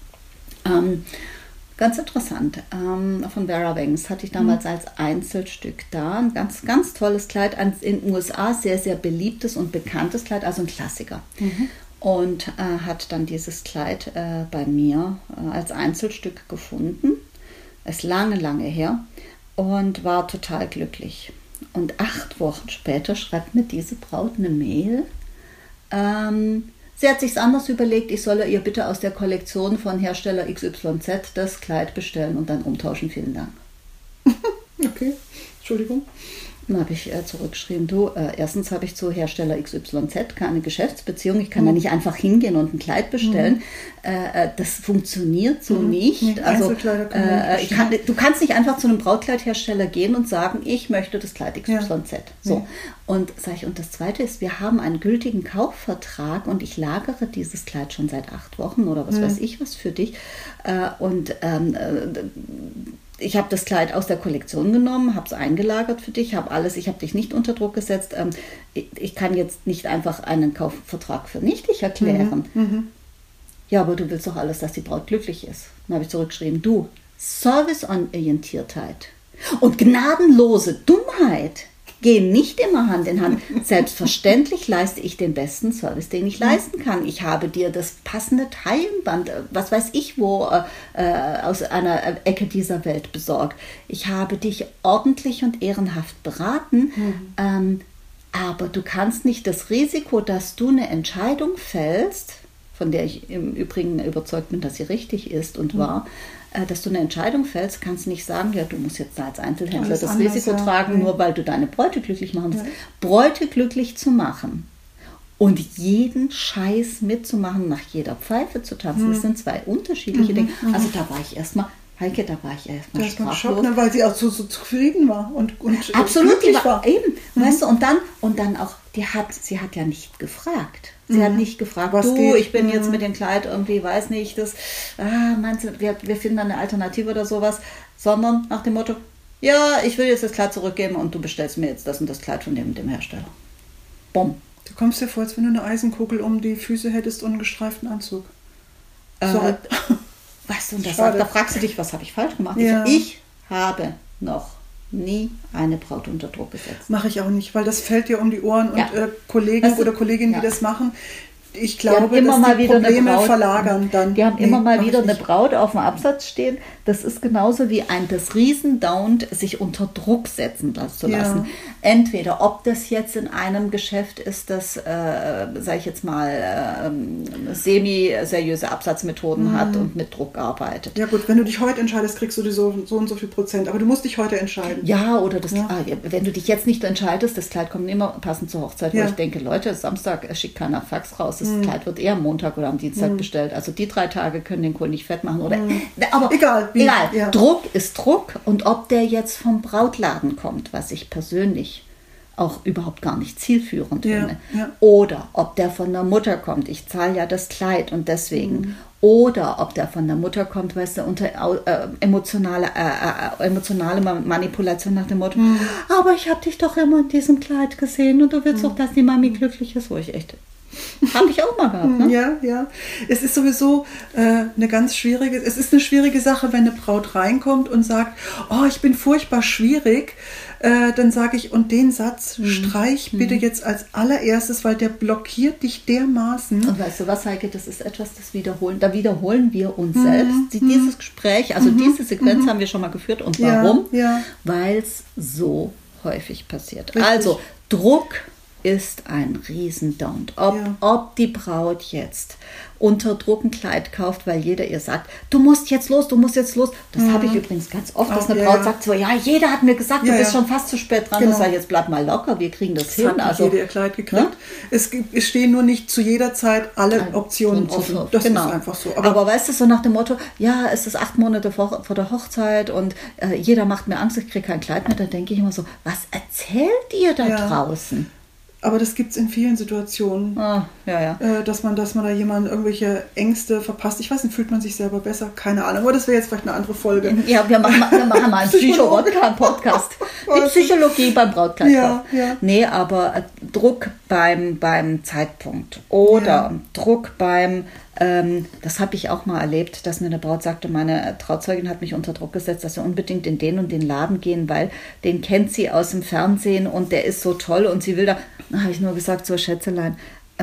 Ähm, Ganz interessant. Ähm, von Vera Wings hatte ich damals mhm. als Einzelstück da. Ein ganz, ganz tolles Kleid. Ein, in den U S A sehr, sehr beliebtes und bekanntes Kleid, also ein Klassiker. Mhm. Und äh, hat dann dieses Kleid äh, bei mir äh, als Einzelstück gefunden. Ist lange, lange her. Und war total glücklich. Und acht Wochen später schreibt mir diese Braut eine Mail. Ähm, Sie hat sich anders überlegt, ich solle ihr bitte aus der Kollektion von Hersteller X Y Z das Kleid bestellen und dann umtauschen. Vielen Dank. Okay, Entschuldigung. Dann habe ich äh, zurückgeschrieben, du, äh, erstens habe ich zu Hersteller X Y Z keine Geschäftsbeziehung, ich kann mhm. da nicht einfach hingehen und ein Kleid bestellen. Mhm. Äh, das funktioniert so mhm. nicht. Nee, also äh, ich kann, du kannst nicht einfach zu einem Brautkleidhersteller gehen und sagen, ich möchte das Kleid X Y Z. Ja. So. Ja. Und sag ich, und das Zweite ist, wir haben einen gültigen Kaufvertrag und ich lagere dieses Kleid schon seit acht Wochen oder was mhm. weiß ich was für dich. Äh, und ähm, äh, ich habe das Kleid aus der Kollektion genommen, habe es eingelagert für dich, habe alles, ich habe dich nicht unter Druck gesetzt. Ähm, ich, ich kann jetzt nicht einfach einen Kaufvertrag für nichtig erklären. Mhm, mh. Ja, aber du willst doch alles, dass die Braut glücklich ist. Dann habe ich zurückgeschrieben, du, Serviceorientiertheit und gnadenlose Dummheit gehen nicht immer Hand in Hand. Selbstverständlich leiste ich den besten Service, den ich leisten kann. Ich habe dir das passende Teilenband, was weiß ich wo, äh, aus einer Ecke dieser Welt besorgt. Ich habe dich ordentlich und ehrenhaft beraten, mhm. ähm, aber du kannst nicht das Risiko, dass du eine Entscheidung fällst, von der ich im Übrigen überzeugt bin, dass sie richtig ist und wahr, äh, dass du eine Entscheidung fällst, kannst nicht sagen, ja, du musst jetzt als Einzelhändler Alles das anders, Risiko ja. tragen, Nee. nur weil du deine Bräute glücklich machen willst. Ja. Bräute glücklich zu machen und jeden Scheiß mitzumachen, nach jeder Pfeife zu tanzen, das sind zwei unterschiedliche Dinge. Also da war ich erstmal, Heike, da war ich erstmal Das war ein sprachlos. Schock, ne, weil sie auch so, so zufrieden war und, und Absolut, die glücklich war, war. eben, weißt du, und dann, und dann auch, die hat, sie hat ja nicht gefragt. Sie hat nicht gefragt, Was du, geht? ich bin Mhm. jetzt mit dem Kleid irgendwie, weiß nicht, das, ah, meinst du, wir, wir finden eine Alternative oder sowas, sondern nach dem Motto, ja, ich will jetzt das Kleid zurückgeben und du bestellst mir jetzt das und das Kleid von dem, dem Hersteller. Bumm. Du kommst dir vor, als wenn du eine Eisenkugel um die Füße hättest und einen gestreiften Anzug. Äh, Sorry. Weißt du, und das, Schade. da fragst du dich, was habe ich falsch gemacht? Ja. Ich, ich habe noch nie eine Braut unter Druck gesetzt. Mache ich auch nicht, weil das fällt dir um die Ohren Ja. und äh, Kollegen Weißt du, oder Kolleginnen, ja. die das machen, ich Die haben glaube, immer dass mal die wieder eine Probleme Braut, verlagern dann. Die haben Nee, immer mal mach wieder ich eine nicht. Braut auf dem Absatz stehen. Das ist genauso wie ein das Riesendaunt sich unter Druck setzen zu lassen. Ja. Entweder, ob das jetzt in einem Geschäft ist, das, äh, sage ich jetzt mal, äh, semi-seriöse Absatzmethoden Mhm. hat und mit Druck arbeitet. Ja gut, wenn du dich heute entscheidest, kriegst du die so, so und so viel Prozent. Aber du musst dich heute entscheiden. Ja, oder das, Ja. Ah, ja, wenn du dich jetzt nicht entscheidest, das Kleid kommt immer passend zur Hochzeit, wo Ja. ich denke, Leute, Samstag schickt keiner Fax raus, das Kleid wird eher am Montag oder am Dienstag bestellt. Also die drei Tage können den Kohl nicht fett machen. Oder, aber Egal, wie, egal. ja. Druck ist Druck und ob der jetzt vom Brautladen kommt, was ich persönlich auch überhaupt gar nicht zielführend Ja, finde. ja. Oder ob der von der Mutter kommt, ich zahle ja das Kleid und deswegen. Oder ob der von der Mutter kommt, weißt du, unter äh, emotionale, äh, äh, emotionale Ma- Manipulation nach dem Motto, aber ich habe dich doch immer in diesem Kleid gesehen und du willst doch, dass die Mami glücklich ist, wo ich echt, habe ich auch mal gehabt, ne? Ja, ja. Es ist sowieso äh, eine ganz schwierige, es ist eine schwierige Sache, wenn eine Braut reinkommt und sagt, oh, ich bin furchtbar schwierig. Äh, dann sage ich, und den Satz streich bitte jetzt als allererstes, weil der blockiert dich dermaßen. Und weißt du was, Heike, das ist etwas, das wiederholen, da wiederholen wir uns selbst. Die, dieses Gespräch, also diese Sequenz haben wir schon mal geführt. Und Ja, warum? ja. Weil es so häufig passiert. Richtig. Also, Druck ist ein Riesendaunt. Ob, Ja. ob die Braut jetzt unter Druck ein Kleid kauft, weil jeder ihr sagt, du musst jetzt los, du musst jetzt los. Das habe ich übrigens ganz oft, dass Auch, eine ja, Braut ja. sagt so, ja, jeder hat mir gesagt, Ja, du bist ja. schon fast zu spät dran. Genau. Das sage ich, jetzt bleib mal locker, wir kriegen das, Es hin. hat nicht Also, jeder ihr Kleid gekriegt. ne? Es, gibt- es stehen nur nicht zu jeder Zeit alle Optionen so- offen. so- Das genau. ist einfach so. Aber, Aber, weißt du, so nach dem Motto, ja, es ist acht Monate vor, vor der Hochzeit und äh, jeder macht mir Angst, ich kriege kein Kleid mehr, da denke ich immer so, was erzählt ihr da Ja. draußen? aber das gibt es in vielen Situationen. Ah, ja, ja. äh, dass man, dass man da jemandem irgendwelche Ängste verpasst. Ich weiß nicht, fühlt man sich selber besser? Keine Ahnung. Aber das wäre jetzt vielleicht eine andere Folge. Ja, wir machen, wir machen mal einen Psycho-Podcast. Die Psychologie beim Brautkleid. Ja, ja. Nee, aber äh, Druck beim, beim Zeitpunkt oder Ja. Druck beim, ähm, das habe ich auch mal erlebt, dass mir eine Braut sagte, meine Trauzeugin hat mich unter Druck gesetzt, dass wir unbedingt in den und den Laden gehen, weil den kennt sie aus dem Fernsehen und der ist so toll und sie will da. Da habe ich nur gesagt, so Schätzelein, äh,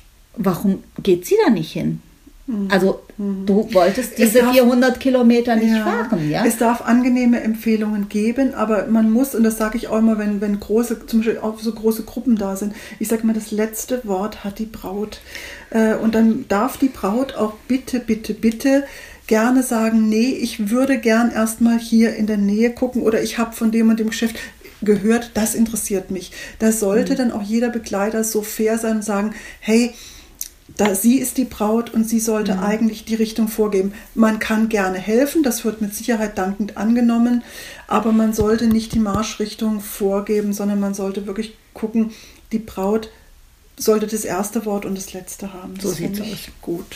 warum geht sie da nicht hin? Also du wolltest diese darf- vierhundert Kilometer nicht Ja. fahren, ja? Es darf angenehme Empfehlungen geben, aber man muss, und das sage ich auch immer, wenn, wenn große, zum Beispiel auch so große Gruppen da sind, ich sage mal, das letzte Wort hat die Braut. Äh, Und dann darf die Braut auch bitte, bitte, bitte gerne sagen, nee, ich würde gern erstmal hier in der Nähe gucken oder ich habe von dem und dem Geschäft gehört, das interessiert mich. Da sollte dann auch jeder Begleiter so fair sein und sagen, hey, da, sie ist die Braut und sie sollte eigentlich die Richtung vorgeben. Man kann gerne helfen, das wird mit Sicherheit dankend angenommen, aber man sollte nicht die Marschrichtung vorgeben, sondern man sollte wirklich gucken, die Braut sollte das erste Wort und das letzte haben. Das So sieht's finde ich gut.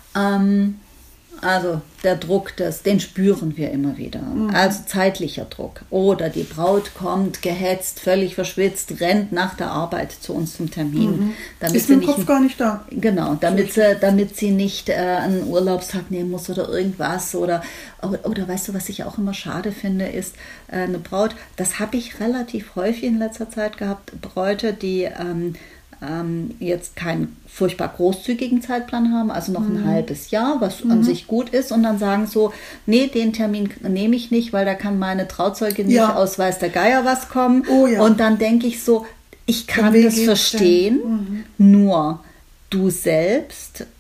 Ähm, also der Druck, das, den spüren wir immer wieder. Also zeitlicher Druck. Oder die Braut kommt gehetzt, völlig verschwitzt, rennt nach der Arbeit zu uns zum Termin. Damit Ist sie mit dem nicht, Kopf gar nicht da. Genau, damit sie, damit sie nicht äh, einen Urlaubstag nehmen muss oder irgendwas. Oder, oder, oder weißt du, was ich auch immer schade finde, ist äh, eine Braut, das habe ich relativ häufig in letzter Zeit gehabt, Bräute, die ähm, ähm, jetzt keinen furchtbar großzügigen Zeitplan haben, also noch ein halbes Jahr, was an sich gut ist, und dann sagen so, nee, den Termin nehme ich nicht, weil da kann meine Trauzeugin Ja. nicht aus weiß der Geier was kommen. Oh ja. Und dann denke ich so, ich kann wen das geht's verstehen, nur du selbst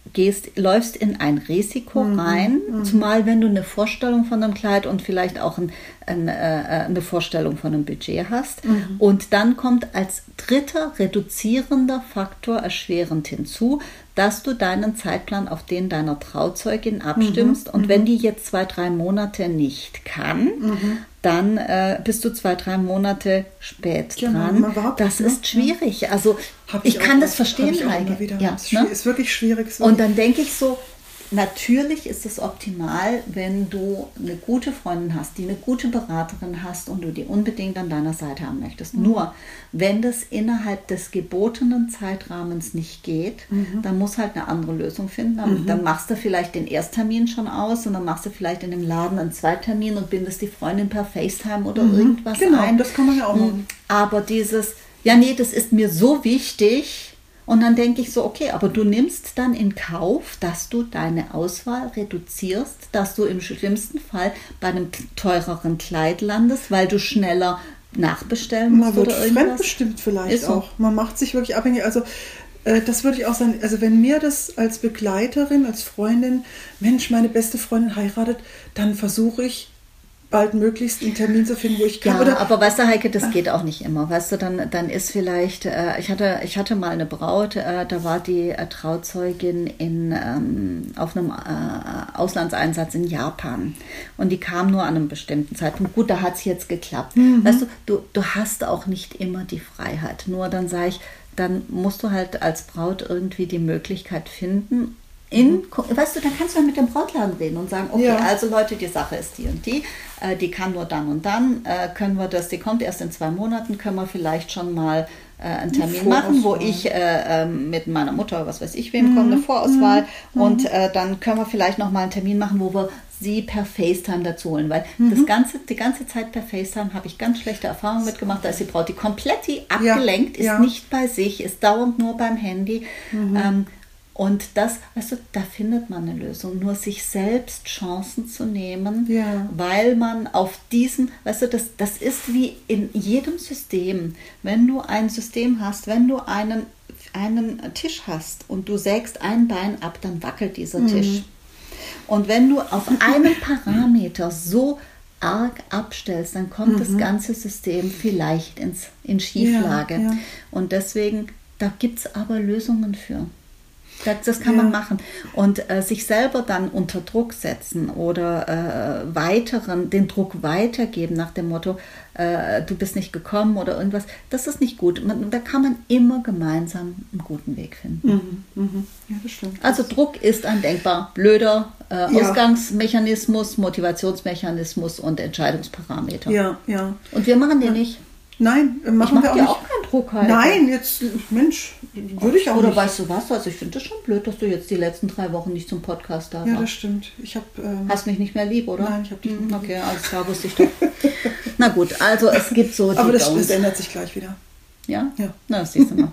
gehst, läufst in ein Risiko mhm. rein, mhm. zumal wenn du eine Vorstellung von einem Kleid und vielleicht auch ein, ein, äh, eine Vorstellung von einem Budget hast. Mhm. Und dann kommt als dritter reduzierender Faktor erschwerend hinzu, dass du deinen Zeitplan auf den deiner Trauzeugin abstimmst. Mhm. Und wenn die jetzt zwei, drei Monate nicht kann, mhm. dann äh, bist du zwei, drei Monate spät genau, dran. Wartet, das ne? ist schwierig. Also ich, ich kann auch, das verstehen, Heike. Ja, es ne? ist wirklich schwierig. Ist wirklich und dann denke ich so, natürlich ist es optimal, wenn du eine gute Freundin hast, die eine gute Beraterin hast und du die unbedingt an deiner Seite haben möchtest. Mhm. Nur, wenn das innerhalb des gebotenen Zeitrahmens nicht geht, mhm. dann muss halt eine andere Lösung finden. Dann, mhm. dann machst du vielleicht den Ersttermin schon aus und dann machst du vielleicht in dem Laden einen Zweitermin und bindest die Freundin per FaceTime oder mhm. irgendwas genau, ein. Das kann man ja auch machen. Aber dieses, ja nee, das ist mir so wichtig. Und dann denke ich so, okay, aber du nimmst dann in Kauf, dass du deine Auswahl reduzierst, dass du im schlimmsten Fall bei einem teureren Kleid landest, weil du schneller nachbestellen musst. Man wird fremdbestimmt vielleicht so. Auch. Man macht sich wirklich abhängig. Also äh, das würde ich auch sagen, also wenn mir das als Begleiterin, als Freundin, Mensch, meine beste Freundin heiratet, dann versuche ich, bald möglichst einen Termin zu finden, wo ich kann. Ja, oder? Aber weißt du, Heike, das geht auch nicht immer. Weißt du, dann, dann ist vielleicht, äh, ich hatte, ich hatte mal eine Braut, äh, da war die äh, Trauzeugin in, ähm, auf einem äh, Auslandseinsatz in Japan und die kam nur an einem bestimmten Zeitpunkt. Gut, da hat es jetzt geklappt. Mhm. Weißt du, du, du hast auch nicht immer die Freiheit. Nur dann sage ich, dann musst du halt als Braut irgendwie die Möglichkeit finden, In, weißt du, dann kannst du dann mit dem Brautladen reden und sagen, okay, ja. also Leute, die Sache ist die und die, äh, die kann nur dann und dann, äh, können wir das, die kommt erst in zwei Monaten, können wir vielleicht schon mal äh, einen Termin machen, wo ich äh, äh, mit meiner Mutter, was weiß ich wem, mhm. komme, eine Vorauswahl mhm. und äh, dann können wir vielleicht noch mal einen Termin machen, wo wir sie per FaceTime dazu holen, weil mhm. das ganze, die ganze Zeit per FaceTime habe ich ganz schlechte Erfahrungen mitgemacht, da ist die Braut, die komplett die abgelenkt, ja. ist ja. nicht bei sich, ist dauernd nur beim Handy, mhm. ähm, und das, weißt du, da findet man eine Lösung, nur sich selbst Chancen zu nehmen, ja. weil man auf diesen, weißt du, das, das ist wie in jedem System, wenn du ein System hast, wenn du einen, einen Tisch hast und du sägst ein Bein ab, dann wackelt dieser mhm. Tisch. Und wenn du auf einen Parameter so arg abstellst, dann kommt mhm. das ganze System vielleicht ins, in Schieflage. Ja, ja. Und deswegen, da gibt es aber Lösungen für. Das, das kann ja. man machen. Und äh, sich selber dann unter Druck setzen oder äh, weiteren, den Druck weitergeben nach dem Motto, äh, du bist nicht gekommen oder irgendwas, das ist nicht gut. Man, da kann man immer gemeinsam einen guten Weg finden. Mhm, mhm. Ja, das stimmt. Also Druck ist ein denkbar blöder äh, ja. Ausgangsmechanismus, Motivationsmechanismus und Entscheidungsparameter. Ja, ja. Und wir machen den ja. nicht. Nein, machen ich mach wir auch dir nicht. auch keinen Druck halt. Nein, jetzt, Mensch, würde ich auch Oder nicht. weißt du was, also ich finde das schon blöd, dass du jetzt die letzten drei Wochen nicht zum Podcast da warst. Ja, das stimmt. Ich hab, ähm, Hast mich nicht mehr lieb, oder? Nein, ich habe dich nicht Okay, alles klar, wusste ich doch. Na gut, also es gibt so die Aber das, das ändert sich gleich wieder. Ja? Ja. Na, das siehst du mal.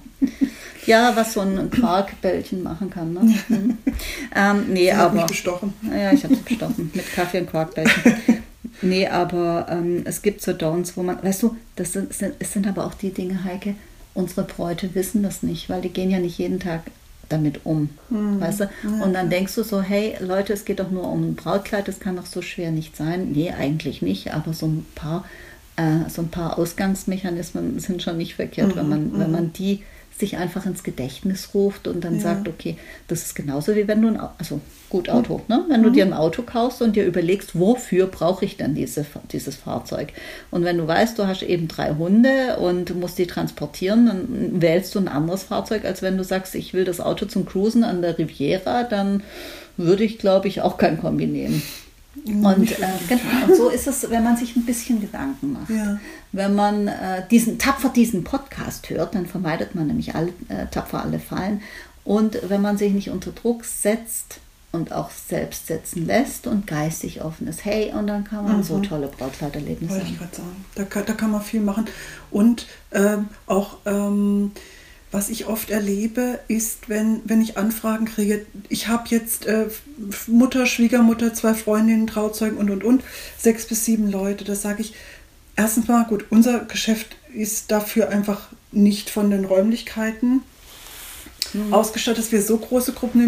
Ja, was so ein Quarkbällchen machen kann, ne? Mhm. ähm, nee, Sie aber... hat mich bestochen. Ja, ich habe sie bestochen. Mit Kaffee und Quarkbällchen. Nee, aber ähm, es gibt so Don'ts, wo man, weißt du, das sind, es sind aber auch die Dinge, Heike, unsere Bräute wissen das nicht, weil die gehen ja nicht jeden Tag damit um, mhm. weißt du? Ja, und dann ja. denkst du so, hey Leute, es geht doch nur um ein Brautkleid, das kann doch so schwer nicht sein. Nee, eigentlich nicht, aber so ein paar, äh, so ein paar Ausgangsmechanismen sind schon nicht verkehrt, mhm. wenn man, mhm. wenn man die sich einfach ins Gedächtnis ruft und dann ja. sagt, okay, das ist genauso wie wenn du ein, also gut Auto, ne? Wenn du mhm. dir ein Auto kaufst und dir überlegst, wofür brauche ich denn diese, dieses Fahrzeug? Und wenn du weißt, du hast eben drei Hunde und musst die transportieren, dann wählst du ein anderes Fahrzeug, als wenn du sagst, ich will das Auto zum Cruisen an der Riviera, dann würde ich, glaube ich, auch kein Kombi nehmen. Und, äh, genau, und so ist es, wenn man sich ein bisschen Gedanken macht. Ja. Wenn man äh, diesen tapfer diesen Podcast hört, dann vermeidet man nämlich alle, äh, tapfer alle Fallen. Und wenn man sich nicht unter Druck setzt und auch selbst setzen lässt und geistig offen ist, hey, und dann kann man mhm. so tolle Brautkleiderlebnisse haben. Wollte ich gerade sagen. Da kann, da kann man viel machen. Und ähm, auch... Ähm, was ich oft erlebe, ist, wenn, wenn ich Anfragen kriege, ich habe jetzt äh, Mutter, Schwiegermutter, zwei Freundinnen, Trauzeugen und, und, und, sechs bis sieben Leute. Das sage ich, erstens mal, gut, unser Geschäft ist dafür einfach nicht von den Räumlichkeiten mhm. ausgestattet, dass wir so große Gruppen nehmen. Ich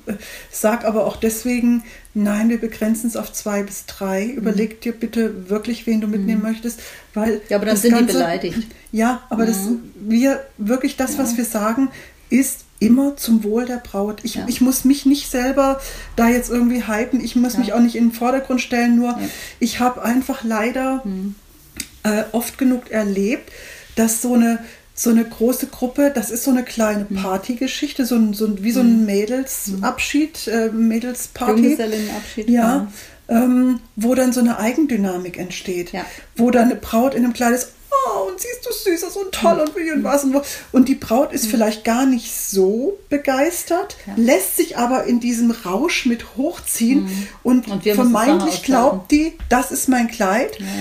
sag aber auch deswegen, nein, wir begrenzen es auf zwei bis drei. Mhm. Überleg dir bitte wirklich, wen du mitnehmen mhm. möchtest, weil ja, aber dann sind Ganze, die beleidigt. Ja, aber mhm. das wir wirklich das, ja. was wir sagen, ist immer zum Wohl der Braut. Ich, ja. ich muss mich nicht selber da jetzt irgendwie hypen, ich muss ja. mich auch nicht in den Vordergrund stellen, nur ja. ich habe einfach leider mhm. äh, oft genug erlebt, dass so eine so eine große Gruppe, das ist so eine kleine Partygeschichte, so ein, so ein, wie so ein Mädelsabschied, äh, Mädelsparty. Junggesellinnenabschied. Ja, ja. Ähm, wo dann so eine Eigendynamik entsteht. Ja. Wo dann eine Braut in einem Kleid ist, oh, und siehst du süß aus und toll mhm. und wie und was und wo. Und die Braut ist mhm. vielleicht gar nicht so begeistert, ja. lässt sich aber in diesem Rausch mit hochziehen mhm. und, und vermeintlich glaubt die, das ist mein Kleid. Ja.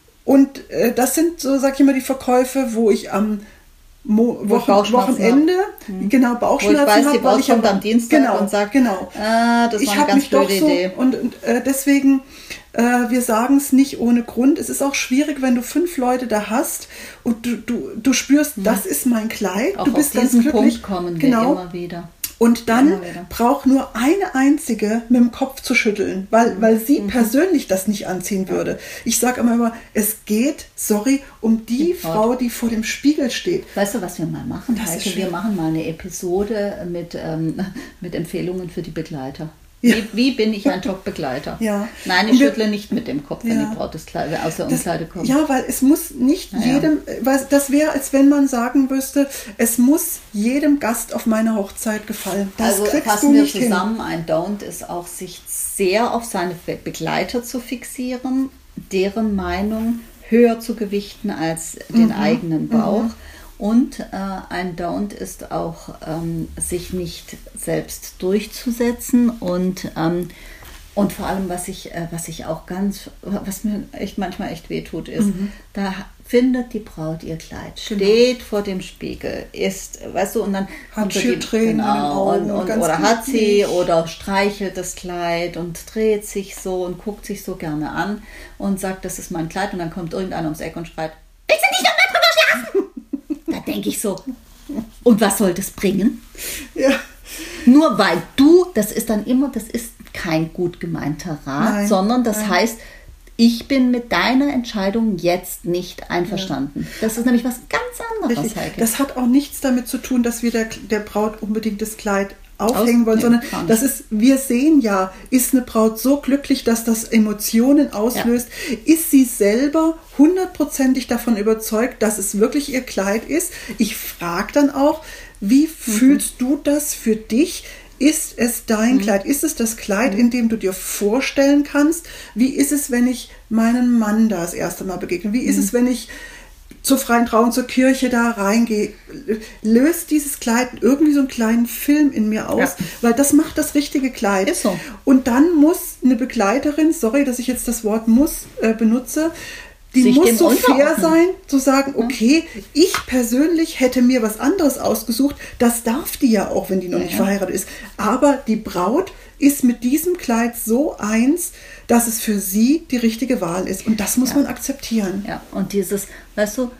Und äh, das sind so, sag ich immer, die Verkäufe, wo ich am Mo- Wochen, Wochenende mhm. genau Bauchschmerzen habe. Wo ich weiß, die Braut kommt am Dienstag genau, und sagt, genau. ah, das war ich eine ganz mich doch blöde so, Idee. Und, und äh, deswegen, äh, wir sagen es nicht ohne Grund. Es ist auch schwierig, wenn du fünf Leute da hast und du, du, du spürst, mhm. das ist mein Kleid. Auch du bist auf ganz diesen glücklich. Punkt kommen genau. wir immer wieder. Und dann braucht nur eine einzige mit dem Kopf zu schütteln, weil, weil sie mhm. persönlich das nicht anziehen würde. Ich sage immer, immer, es geht, sorry, um die, die Frau, die vor dem Spiegel steht. Weißt du, was wir mal machen, Heike? Wir machen mal eine Episode mit, ähm, mit Empfehlungen für die Begleiter. Ja. Wie, wie bin ich ein Top-Begleiter? Ja. Nein, ich wir, schüttle nicht mit dem Kopf, wenn ja. die Braut das Kleid, aus der das, Umkleide kommt. Ja, weil es muss nicht ja, jedem, weil das wäre, als wenn man sagen müsste, es muss jedem Gast auf meine Hochzeit gefallen. Das also kriegst fassen du wir nicht zusammen, hin. Ein Don't ist auch, sich sehr auf seine Begleiter zu fixieren, deren Meinung höher zu gewichten als den mhm. eigenen Bauch. Mhm. Und äh, ein Don't ist auch, ähm, sich nicht selbst durchzusetzen und, ähm, und vor allem, was ich, äh, was ich auch ganz, was mir echt manchmal echt wehtut, ist, mhm. da findet die Braut ihr Kleid, genau. steht vor dem Spiegel, ist, weißt du, und dann hat sie Tränen genau, in den Augen und, und, oder hat sie oder streichelt das Kleid und dreht sich so und guckt sich so gerne an und sagt, das ist mein Kleid, und dann kommt irgendeiner ums Eck und schreit, willst du nicht noch mal drüber schlafen? Da denke ich so, und was soll das bringen? Ja. Nur weil du, das ist dann immer, das ist kein gut gemeinter Rat, nein, sondern das nein. heißt, ich bin mit deiner Entscheidung jetzt nicht einverstanden. Ja. Das ist nämlich was ganz anderes, Heike. Das hat auch nichts damit zu tun, dass wir der, der Braut unbedingt das Kleid aufhängen Aus, wollen, nee, sondern das ist, wir sehen ja, ist eine Braut so glücklich, dass das Emotionen auslöst, ja. ist sie selber hundertprozentig davon überzeugt, dass es wirklich ihr Kleid ist. Ich frage dann auch, wie mhm. fühlst du das für dich? Ist es dein mhm. Kleid? Ist es das Kleid, mhm. in dem du dir vorstellen kannst? Wie ist es, wenn ich meinen Mann da das erste Mal begegne? Wie ist mhm. es, wenn ich zur freien Trauung, zur Kirche da reingehe? Löst dieses Kleid irgendwie so einen kleinen Film in mir aus? Ja. Weil das macht das richtige Kleid. Ist so. Und dann muss eine Begleiterin, sorry, dass ich jetzt das Wort muss äh, benutze, die sich muss so fair sein, zu sagen, okay, ich persönlich hätte mir was anderes ausgesucht. Das darf die ja auch, wenn die noch ja, nicht verheiratet ist. Aber die Braut ist mit diesem Kleid so eins, dass es für sie die richtige Wahl ist. Und das muss ja. man akzeptieren. Ja, und dieses, weißt du,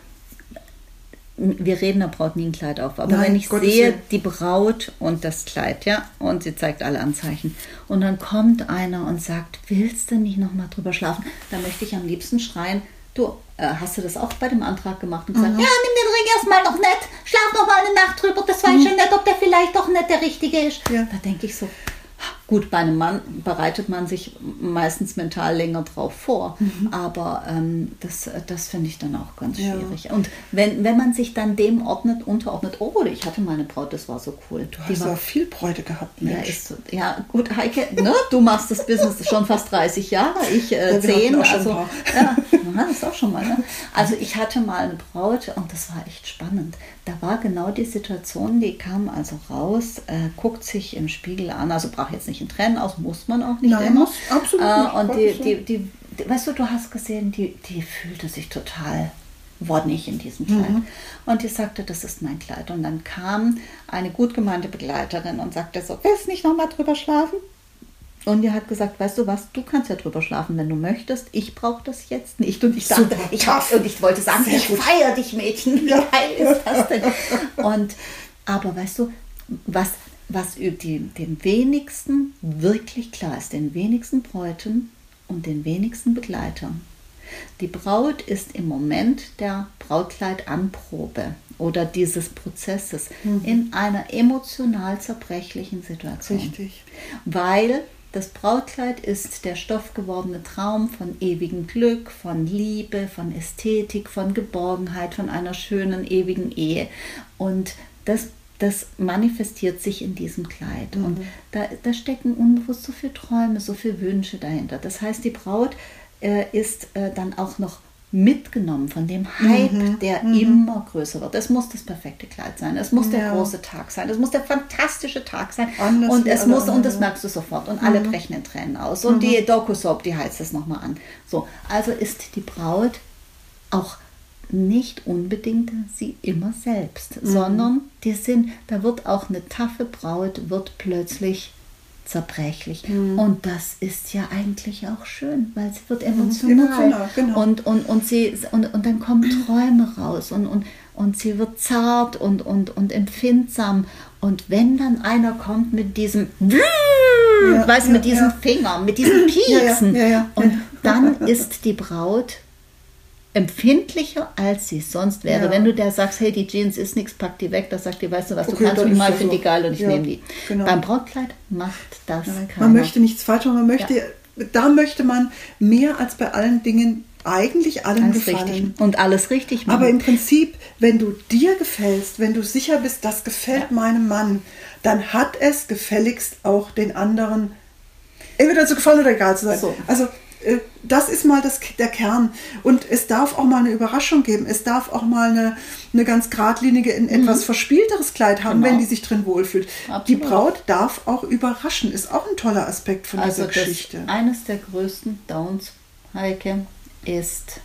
wir reden der Braut nie ein Kleid auf. Aber Nein, wenn ich Gottes sehe, Willen. die Braut und das Kleid, ja, und sie zeigt alle Anzeichen. Und dann kommt einer und sagt, willst du nicht nochmal drüber schlafen? Da möchte ich am liebsten schreien, du, äh, hast du das auch bei dem Antrag gemacht und gesagt, mhm. ja, nimm den Ring erstmal noch nicht, schlaf noch mal eine Nacht drüber, das weiß ich mhm. schon nicht, ob der vielleicht doch nicht der Richtige ist. Ja. Da denke ich so, gut, bei einem Mann bereitet man sich meistens mental länger drauf vor, mhm. aber ähm, das, das finde ich dann auch ganz schwierig. Ja. Und wenn, wenn man sich dann dem ordnet, unterordnet, oh, ich hatte meine Braut, das war so cool. Du hast ja viel Bräute gehabt, Mensch. Ja, ist so, ja gut, Heike, ne, du machst das Business schon fast dreißig Jahre, ich äh, ja, zehn. Auch also, schon ja, das ist auch schon mal. Ne? Also ich hatte mal eine Braut und das war echt spannend. Da war genau die Situation, die kam also raus, äh, guckt sich im Spiegel an, also braucht jetzt nicht in Tränen aus, muss man auch nicht Nein, immer. Muss, absolut äh, nicht. Und die, die, die, die, weißt du, du hast gesehen, die, die fühlte sich total wonnig in diesem Kleid. Mhm. Und die sagte, das ist mein Kleid. Und dann kam eine gut gemeinte Begleiterin und sagte so, willst du nicht nochmal drüber schlafen? Und die hat gesagt, weißt du was, du kannst ja drüber schlafen, wenn du möchtest. Ich brauche das jetzt nicht. Und ich dachte, ich, hab, und ich wollte sagen, Sehr ich feiere dich, Mädchen. Wie ja. geil ist das denn? Und, aber weißt du, was, was die, den wenigsten wirklich klar ist, den wenigsten Bräuten und den wenigsten Begleitern. Die Braut ist im Moment der Brautkleidanprobe oder dieses Prozesses mhm. in einer emotional zerbrechlichen Situation. Richtig. Weil das Brautkleid ist der stoffgewordene Traum von ewigem Glück, von Liebe, von Ästhetik, von Geborgenheit, von einer schönen ewigen Ehe. Und das, das manifestiert sich in diesem Kleid. Mhm. Und da, da stecken unbewusst so viele Träume, so viele Wünsche dahinter. Das heißt, die Braut äh, ist äh, dann auch noch mitgenommen von dem Hype, mhm, der mhm. immer größer wird. Es muss das perfekte Kleid sein, es muss ja. der große Tag sein, es muss der fantastische Tag sein Anders und es muss, und das merkst du sofort, und mhm. alle brechen in Tränen aus und mhm. die Doku-Soap, die heizt es nochmal an. So, also ist die Braut auch nicht unbedingt sie immer selbst, mhm. sondern die sind, da wird auch eine taffe Braut, wird plötzlich zerbrechlich. Mhm. Und das ist ja eigentlich auch schön, weil sie wird emotional. emotional genau. und, und, und, sie, und, und dann kommen Träume raus und, und, und sie wird zart und, und, und empfindsam. Und wenn dann einer kommt mit diesem ja, weißt, ja, mit diesem ja. Finger, mit diesem Pieksen, ja, ja, ja, ja. und dann ist die Braut empfindlicher, als sie sonst wäre. Ja. Wenn du der sagst, hey, die Jeans ist nichts, pack die weg, das sagt die, weißt du was, okay, du kannst mich mal, ich finde so. die geil und ich ja, nehme die. Genau. Beim Brautkleid macht das Nein, keiner. Man möchte nichts falsch machen, man möchte, ja. da möchte man mehr als bei allen Dingen eigentlich allen alles gefallen. Richtig. Und alles richtig machen. Aber im Prinzip, wenn du dir gefällst, wenn du sicher bist, das gefällt ja. meinem Mann, dann hat es gefälligst auch den anderen entweder zu gefallen oder egal zu sein. So. Also das ist mal das, der Kern. Und es darf auch mal eine Überraschung geben. Es darf auch mal eine, eine ganz geradlinige, ein etwas mhm. verspielteres Kleid haben, genau. wenn die sich drin wohlfühlt. Absolut. Die Braut darf auch überraschen. Ist auch ein toller Aspekt von also dieser Geschichte. Das, eines der größten Downs, Heike, ist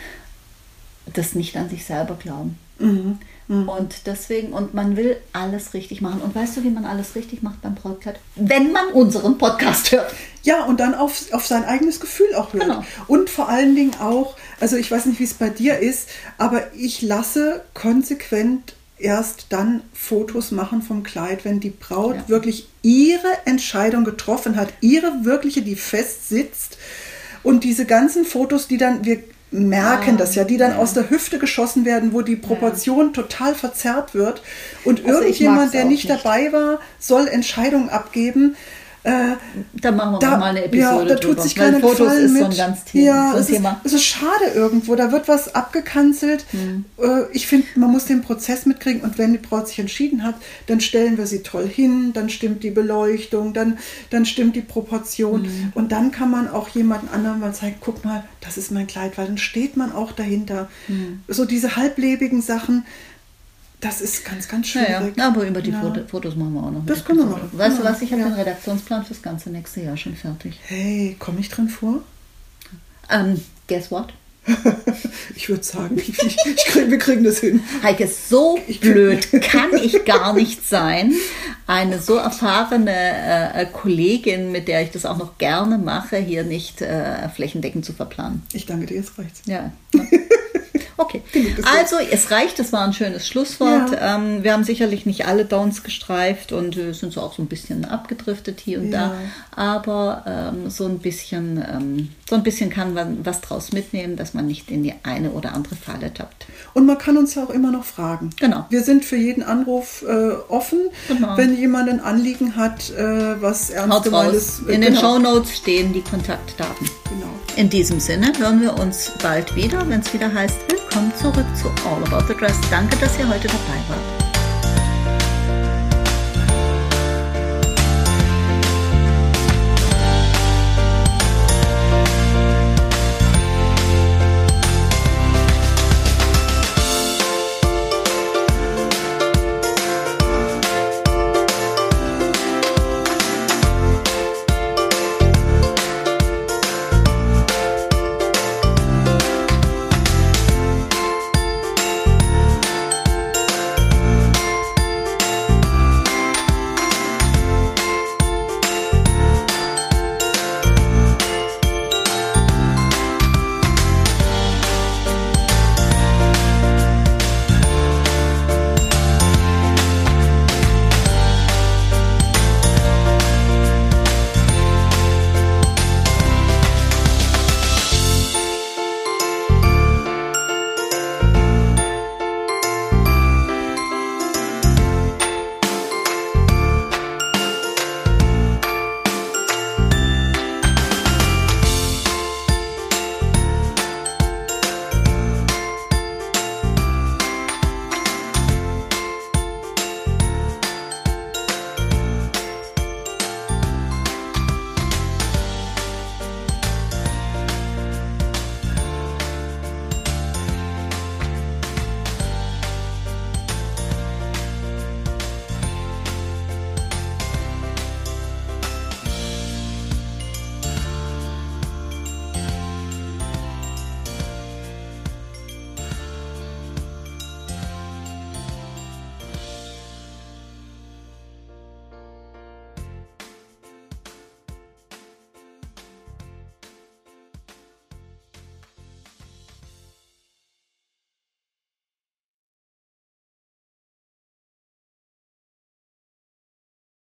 das nicht an sich selber glauben. Mhm. Mhm. Und deswegen, und man will alles richtig machen. Und weißt du, wie man alles richtig macht beim Brautkleid? Wenn man unseren Podcast hört. Ja, und dann auf, auf sein eigenes Gefühl auch hört. Genau. Und vor allen Dingen auch, also ich weiß nicht, wie es bei dir ist, aber ich lasse konsequent erst dann Fotos machen vom Kleid, wenn die Braut ja. wirklich ihre Entscheidung getroffen hat, ihre wirkliche, die fest sitzt. Und diese ganzen Fotos, die dann, wir merken ah, das ja, die dann ja. aus der Hüfte geschossen werden, wo die Proportion ja. total verzerrt wird. Und also irgendjemand, der nicht, nicht dabei war, soll Entscheidungen abgeben. Äh, da machen wir da, mal eine Episode ja, da tut drüber. sich keiner Fotos Gefallen ist mit. so ein ganz Thema. Ja, so ein es, Thema. Ist, es ist schade irgendwo, da wird was abgekanzelt. Hm. Äh, ich finde, man muss den Prozess mitkriegen und wenn die Braut sich entschieden hat, dann stellen wir sie toll hin, dann stimmt die Beleuchtung, dann, dann stimmt die Proportion hm. und dann kann man auch jemandem anderen mal zeigen, guck mal, das ist mein Kleid, weil dann steht man auch dahinter. Hm. So diese halblebigen Sachen, das ist ganz, ganz schwierig. Ja, ja. Aber über die ja. Fotos machen wir auch noch. Das können wir machen. Weißt ja. du was, ich habe ja. den Redaktionsplan fürs ganze nächste Jahr schon fertig. Hey, komme ich drin vor? Um, guess what? Ich würde sagen, ich, ich krieg, wir kriegen das hin. Heike, so ich blöd kann ich gar nicht sein, eine so erfahrene äh, Kollegin, mit der ich das auch noch gerne mache, hier nicht äh, flächendeckend zu verplanen. Ich danke dir, jetzt reicht's. Ja. Okay, also es reicht, das war ein schönes Schlusswort. Ja. Ähm, wir haben sicherlich nicht alle Downs gestreift und wir sind so auch so ein bisschen abgedriftet hier und ja. da, aber ähm, so ein bisschen ähm, so ein bisschen kann man was draus mitnehmen, dass man nicht in die eine oder andere Falle tappt. Und man kann uns ja auch immer noch fragen. Genau. Wir sind für jeden Anruf äh, offen. Genau. Wenn jemand ein Anliegen hat, äh, was ernst gemeint ist. In den Shownotes stehen die Kontaktdaten. Genau. In diesem Sinne hören wir uns bald wieder, wenn es wieder heißt, willkommen zurück zu All About the Dress. Danke, dass ihr heute dabei wart.